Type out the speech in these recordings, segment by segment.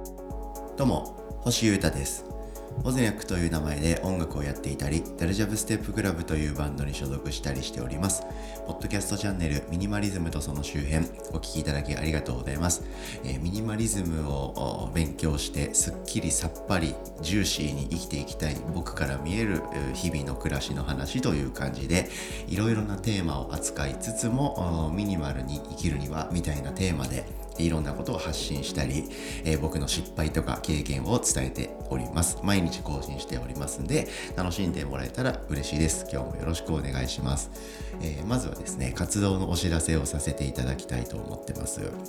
どうも、星優太です。オズニャックという名前で音楽をやっていたり、ダルジャブステップクラブというバンドに所属したりしております。ポッドキャストチャンネルミニマリズムとその周辺、お聞きいただきありがとうございます。ミニマリズムを勉強してすっきりさっぱりジューシーに生きていきたい僕から見える日々の暮らしの話という感じで、いろいろなテーマを扱いつつもミニマルに生きるにはみたいなテーマでいろんなことを発信したり、僕の失敗とか経験を伝えております。毎日更新しておりますんで、楽しんでもらえたら嬉しいです。今日もよろしくお願いします。まずはですね、活動のお知らせをさせていただきたいと思ってます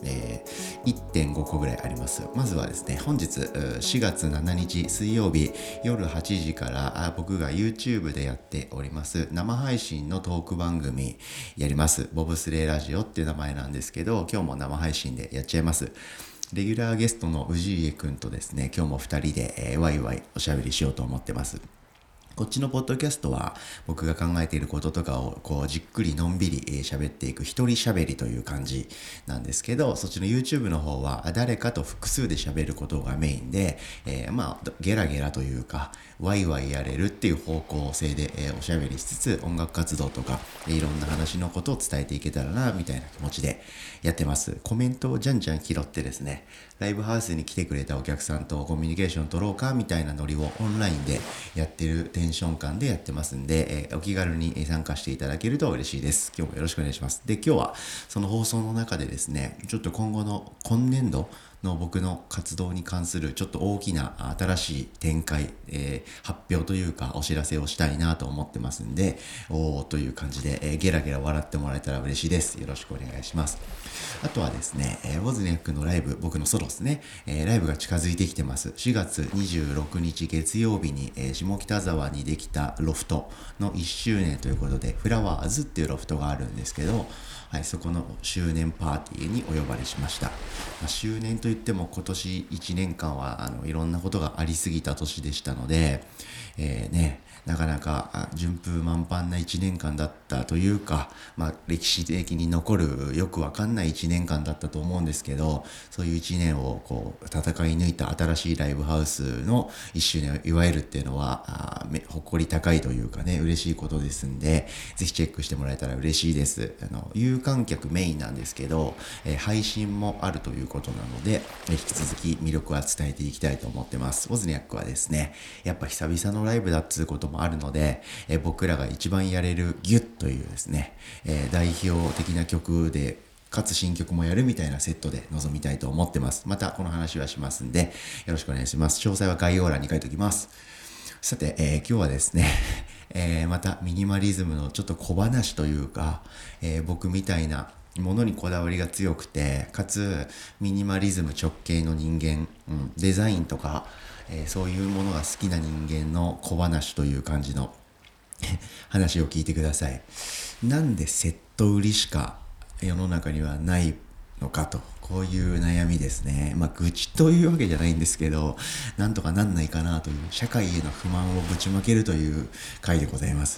。1.5 個ぐらいあります。まずはですね、本日4月7日水曜日夜8時から僕が YouTube でやっております生配信のトーク番組やります。ボブスレーラジオっていう名前なんですけど、今日も生配信でやっちゃいます。レギュラーゲストの氏家くんとですね、今日も2人で、ワイワイおしゃべりしようと思ってます。こっちのポッドキャストは僕が考えていることとかをこうじっくりのんびり喋っていく一人喋りという感じなんですけど、そっちの YouTube の方は誰かと複数で喋ることがメインで、ゲラゲラというかワイワイやれるっていう方向性で、おしゃべりしつつ音楽活動とかいろんな話のことを伝えていけたらなみたいな気持ちでやってます。コメントをじゃんじゃん拾ってですね、ライブハウスに来てくれたお客さんとコミュニケーション取ろうかみたいなノリをオンラインでやってるテンション感でやってますんで、お気軽に参加していただけると嬉しいです。今日もよろしくお願いします。で、今日はその放送の中でですね、ちょっと今後の今年度の僕の活動に関するちょっと大きな新しい展開、発表というかお知らせをしたいなと思ってますんで、という感じで、ゲラゲラ笑ってもらえたら嬉しいです。よろしくお願いします。あとはですね、ウォズニャックのライブ、僕のソロですね、ライブが近づいてきてます。4月26日月曜日に、下北沢にできたロフトの1周年ということで、フラワーズっていうロフトがあるんですけど、はい、そこの周年パーティーにお呼ばれしました。周年といっても今年1年間はいろんなことがありすぎた年でしたので、なかなか順風満帆な1年間だったというか、歴史的に残るよくわかんない1年間だったと思うんですけど、そういう1年をこう戦い抜いた新しいライブハウスの1周年を祝えるっていうのは誇り高いというかね、嬉しいことですんで、ぜひチェックしてもらえたら嬉しいです。有観客メインなんですけど、配信もあるということなので、引き続き魅力は伝えていきたいと思ってます。ウォズニャックはですね、やっぱ久々のライブだっつうこともあるので、僕らが一番やれるギュッというですね、代表的な曲でかつ新曲もやるみたいなセットで臨みたいと思ってます。またこの話はしますんでよろしくお願いします。詳細は概要欄に書いておきます。さて、今日はですね、またミニマリズムのちょっと小話というか、僕みたいなものにこだわりが強くて、かつミニマリズム直系の人間、デザインとか、そういうものが好きな人間の小話という感じの話を聞いてください。なんでセット売りしか世の中にはないのかと、こういう悩みですね。愚痴というわけじゃないんですけど、なんとかなんないかなという社会への不満をぶちまけるという回でございます。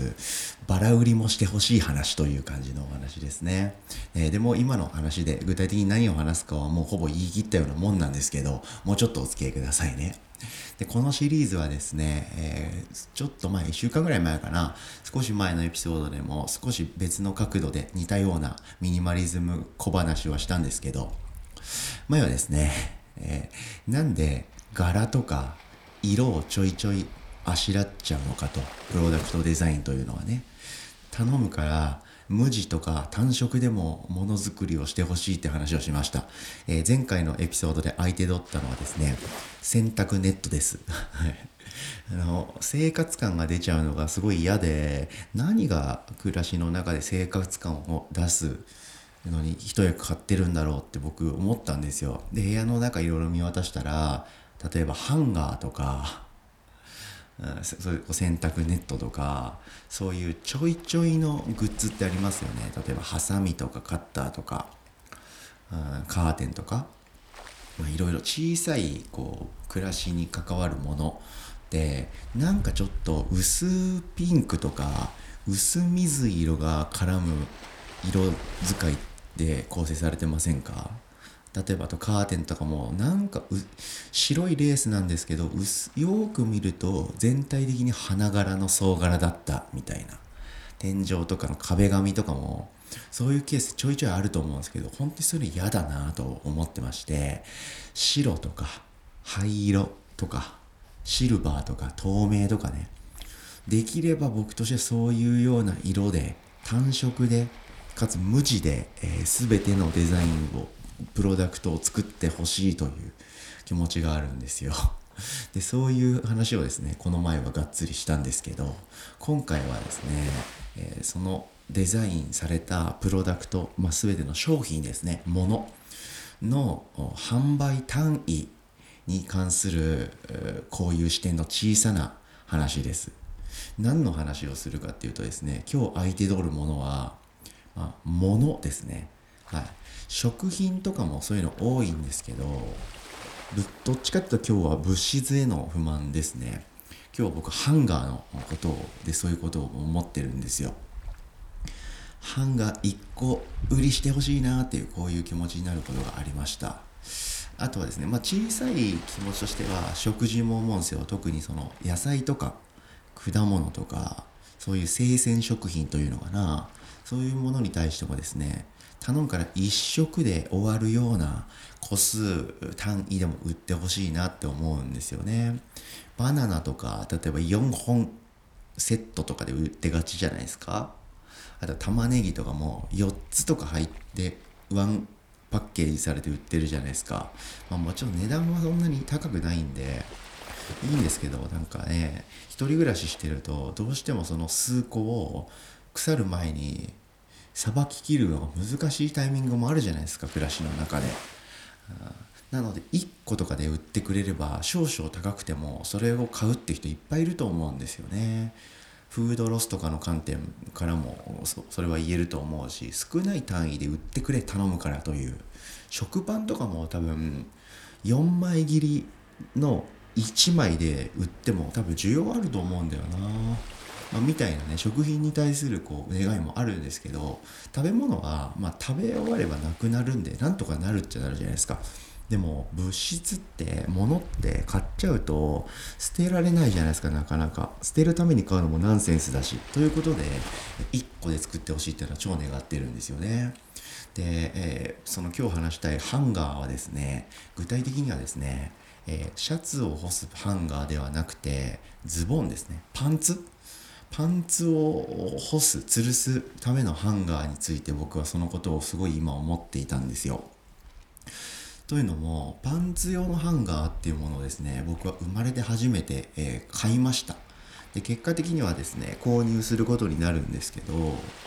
バラ売りもしてほしい話という感じのお話ですね。でも今の話で具体的に何を話すかはもうほぼ言い切ったようなもんなんですけど、もうちょっとお付き合いくださいね。でこのシリーズはですね、ちょっと1週間ぐらい前かな、少し前のエピソードでも少し別の角度で似たようなミニマリズム小話はしたんですけど、前はですね、なんで柄とか色をちょいちょいあしらっちゃうのかと、プロダクトデザインというのはね、頼むから無地とか単色でもものづくりをしてほしいって話をしました。前回のエピソードで相手取ったのはですね、洗濯ネットです。生活感が出ちゃうのがすごい嫌で、何が暮らしの中で生活感を出すのに一役買ってるんだろうって僕思ったんですよ。で、部屋の中いろいろ見渡したら、例えばハンガーとか、そういう洗濯ネットとか、そういうちょいちょいのグッズってありますよね。例えばハサミとかカッターとか、カーテンとか、いろいろ小さいこう暮らしに関わるもので、なんかちょっと薄ピンクとか薄水色が絡む色使いで構成されてませんか？ 例えばあとカーテンとかもなんか白いレースなんですけど、よーく見ると全体的に花柄の総柄だったみたいな。天井とかの壁紙とかもそういうケースちょいちょいあると思うんですけど、本当にそれ嫌だなと思ってまして、白とか灰色とかシルバーとか透明とかね、できれば僕としてはそういうような色で単色でかつ無地で、全てのデザインをプロダクトを作ってほしいという気持ちがあるんですよ。でそういう話をですね、この前はがっつりしたんですけど、今回はですね、そのデザインされたプロダクト、全ての商品ですね、ものの販売単位に関するこういう視点の小さな話です。何の話をするかっていうとですね、今日相手取るものは、物ですね。はい。食品とかもそういうの多いんですけど、どっちかっていうと今日は物質への不満ですね。今日は僕ハンガーのことでそういうことを思ってるんですよ。ハンガー1個売りしてほしいなっていうこういう気持ちになることがありました。あとはですね、小さい気持ちとしては食事も思うんですよ。特にその野菜とか果物とかそういう生鮮食品というのかな、そういうものに対してもですね、頼むから一食で終わるような個数単位でも売ってほしいなって思うんですよね。バナナとか例えば4本セットとかで売ってがちじゃないですか。あと玉ねぎとかも4つとか入ってワンパッケージされて売ってるじゃないですか。もちろん値段はそんなに高くないんでいいんですけど、なんかね、一人暮らししてるとどうしてもその数個を腐る前にさばききるのが難しいタイミングもあるじゃないですか、暮らしの中で。なので1個とかで売ってくれれば少々高くてもそれを買うって人いっぱいいると思うんですよね。フードロスとかの観点からもそれは言えると思うし、少ない単位で売ってくれ頼むからという。食パンとかも多分4枚切りの1枚で売っても多分需要あると思うんだよな、みたいなね、食品に対する願いもあるんですけど、食べ物は食べ終わればなくなるんでなんとかなるっちゃなるじゃないですか。でも物質って物って買っちゃうと捨てられないじゃないですか。なかなか捨てるために買うのもナンセンスだし、ということで1個で作ってほしいっていうのは超願ってるんですよね。で、その今日話したいハンガーはですね、具体的にはですね、シャツを干すハンガーではなくてズボンですね、パンツを干す吊るすためのハンガーについて僕はそのことをすごい今思っていたんですよ。というのもパンツ用のハンガーっていうものをですね、僕は生まれて初めて、買いました。で結果的にはですね購入することになるんですけど、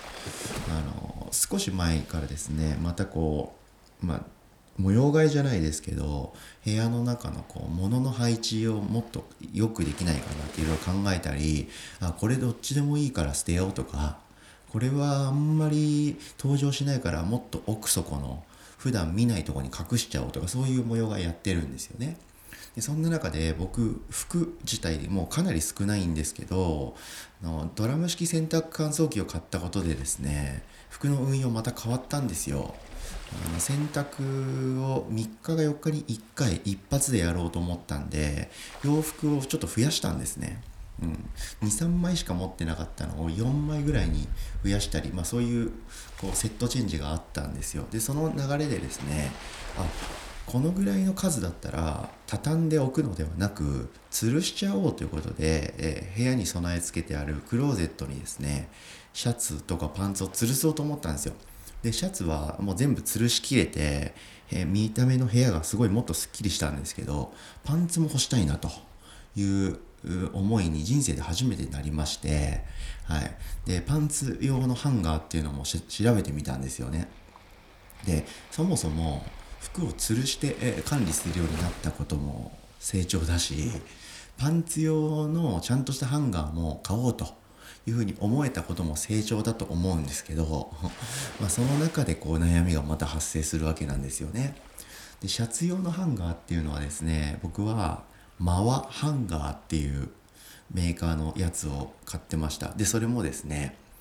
少し前からですね、また模様替えじゃないですけど、部屋の中の物の配置をもっとよくできないかなっていろいろ考えたり、これどっちでもいいから捨てようとか、これはあんまり登場しないからもっと奥底の普段見ないところに隠しちゃおうとか、そういう模様がやってるんですよね。でそんな中で僕服自体もうかなり少ないんですけど、ドラム式洗濯乾燥機を買ったことでですね、服の運用また変わったんですよ。洗濯を3日か4日に1回一発でやろうと思ったんで、洋服をちょっと増やしたんですね。2、3枚しか持ってなかったのを4枚ぐらいに増やしたり、そういうセットチェンジがあったんですよ。でその流れでですね、このぐらいの数だったら畳んでおくのではなく吊るしちゃおうということで、部屋に備え付けてあるクローゼットにですね、シャツとかパンツを吊るそうと思ったんですよ。でシャツはもう全部吊るしきれて、見た目の部屋がすごいもっとすっきりしたんですけど、パンツも干したいなという思いに人生で初めてなりまして、でパンツ用のハンガーっていうのも調べてみたんですよね。でそもそも服を吊るして、管理するようになったことも成長だし、パンツ用のちゃんとしたハンガーも買おうというふうに思えたことも成長だと思うんですけどその中で悩みがまた発生するわけなんですよね。でシャツ用のハンガーっていうのはですね、僕はマワハンガーっていうメーカーのやつを買ってました。でそれもですね、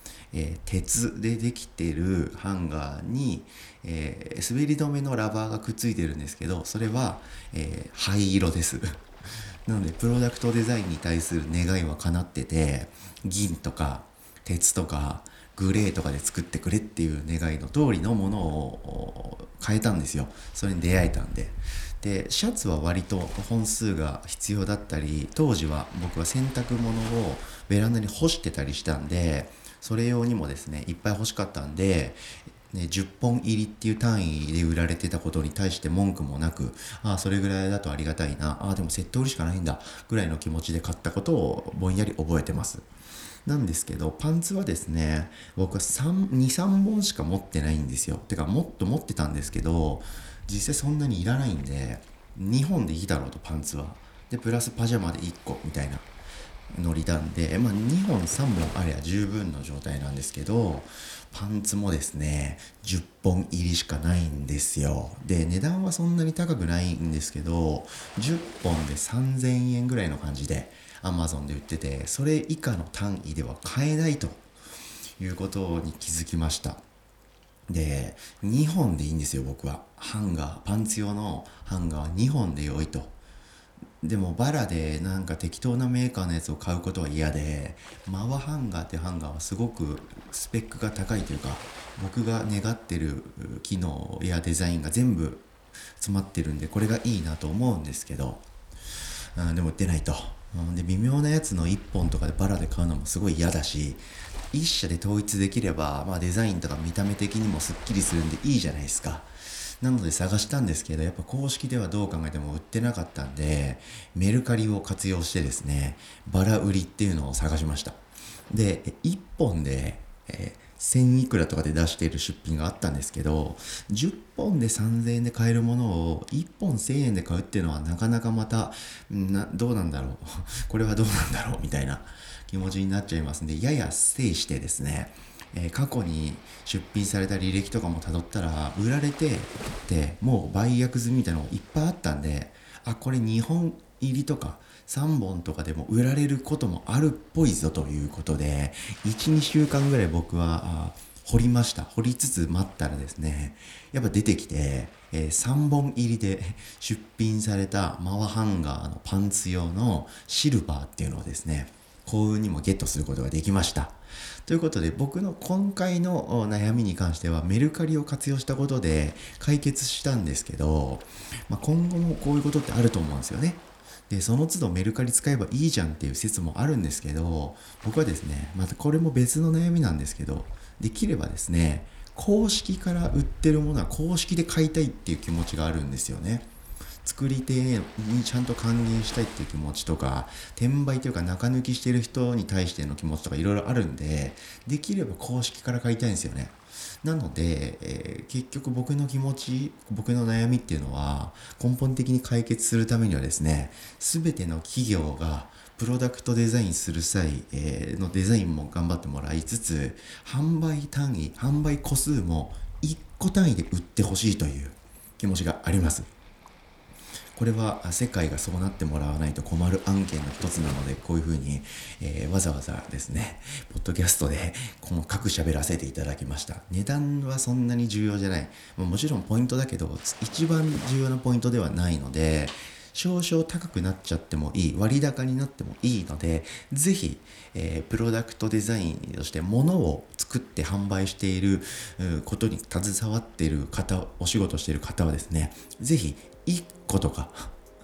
鉄でできてるハンガーに、滑り止めのラバーがくっついてるんですけど、それは、灰色ですなのでプロダクトデザインに対する願いは叶ってて、銀とか鉄とかグレーとかで作ってくれっていう願いの通りのものを変えたんですよ。それに出会えたんで。でシャツは割と本数が必要だったり、当時は僕は洗濯物をベランダに干してたりしたんで、それ用にもですねいっぱい欲しかったんで、10本入りっていう単位で売られてたことに対して文句もなく、それぐらいだとありがたいな、でもセット売りしかないんだぐらいの気持ちで買ったことをぼんやり覚えてます。なんですけど、パンツはですね、僕は2、3本しか持ってないんですよ。てかもっと持ってたんですけど、実際そんなにいらないんで、2本でいいだろうと、パンツは。でプラスパジャマで1個みたいなノリなんで、2本3本あれば十分の状態なんですけど、パンツもですね10本入りしかないんですよ。で値段はそんなに高くないんですけど、10本で3000円ぐらいの感じで Amazon で売ってて、それ以下の単位では買えないということに気づきました。で2本でいいんですよ。僕はハンガー、パンツ用のハンガーは2本で良いと。でもバラでなんか適当なメーカーのやつを買うことは嫌で、マワハンガーっていうハンガーはすごくスペックが高いというか、僕が願ってる機能やデザインが全部詰まってるんで、これがいいなと思うんですけど、でも売ってないと。で微妙なやつの1本とかでバラで買うのもすごい嫌だし、一社で統一できれば、デザインとか見た目的にもすっきりするんでいいじゃないですか。なので探したんですけど、やっぱ公式ではどう考えても売ってなかったんで、メルカリを活用してですね、バラ売りっていうのを探しました。で1本で、1000いくらとかで出している出品があったんですけど、10本で3000円で買えるものを1本1000円で買うっていうのはなかなかまたどうなんだろうこれはどうなんだろうみたいな気持ちになっちゃいますんで、ややステイしてですね、過去に出品された履歴とかも辿ったら、売られてでもう売約済みみたいなのがいっぱいあったんで、これ2本入りとか3本とかでも売られることもあるっぽいぞということで、 1,2 週間ぐらい僕は掘りました。掘りつつ待ったらですね、やっぱ出てきて、3本入りで出品されたマワハンガーのパンツ用のシルバーっていうのをですね、幸運にもゲットすることができました。ということで、僕の今回の悩みに関してはメルカリを活用したことで解決したんですけど、今後もこういうことってあると思うんですよね。でその都度メルカリ使えばいいじゃんっていう説もあるんですけど、僕はですね、またこれも別の悩みなんですけど、できればですね、公式から売ってるものは公式で買いたいっていう気持ちがあるんですよね。作り手にちゃんと還元したいっていう気持ちとか、転売というか中抜きしてる人に対しての気持ちとかいろいろあるんで、できれば公式から買いたいんですよね。なので、結局僕の気持ち、僕の悩みっていうのは根本的に解決するためにはですね、全ての企業がプロダクトデザインする際、のデザインも頑張ってもらいつつ、販売個数も1個単位で売ってほしいという気持ちがあります。これは世界がそうなってもらわないと困る案件の一つなので、こういうふうに、わざわざですねポッドキャストで細かく喋らせていただきました。値段はそんなに重要じゃない、もちろんポイントだけど一番重要なポイントではないので、少々高くなっちゃってもいい、割高になってもいいので、ぜひ、プロダクトデザインとして物を作って販売していることに携わっている方、お仕事している方はですね、ぜひ1個とか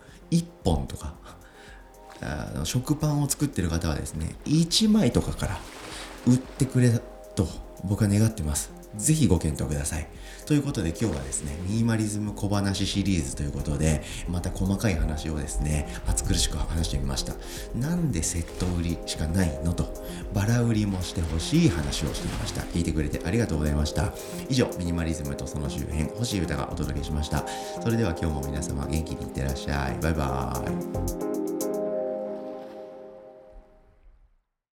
1本とか、食パンを作っている方はですね、1枚とかから売ってくれと僕は願ってます。ぜひご検討ください。ということで今日はですね、ミニマリズム小話シリーズということで、また細かい話をですね、暑苦しく話してみました。なんでセット売りしかないのと、バラ売りもしてほしい話をしてみました。聞いてくれてありがとうございました。以上、ミニマリズムとその周辺、星歌がお届けしました。それでは今日も皆様元気にいってらっしゃい。バイバーイ。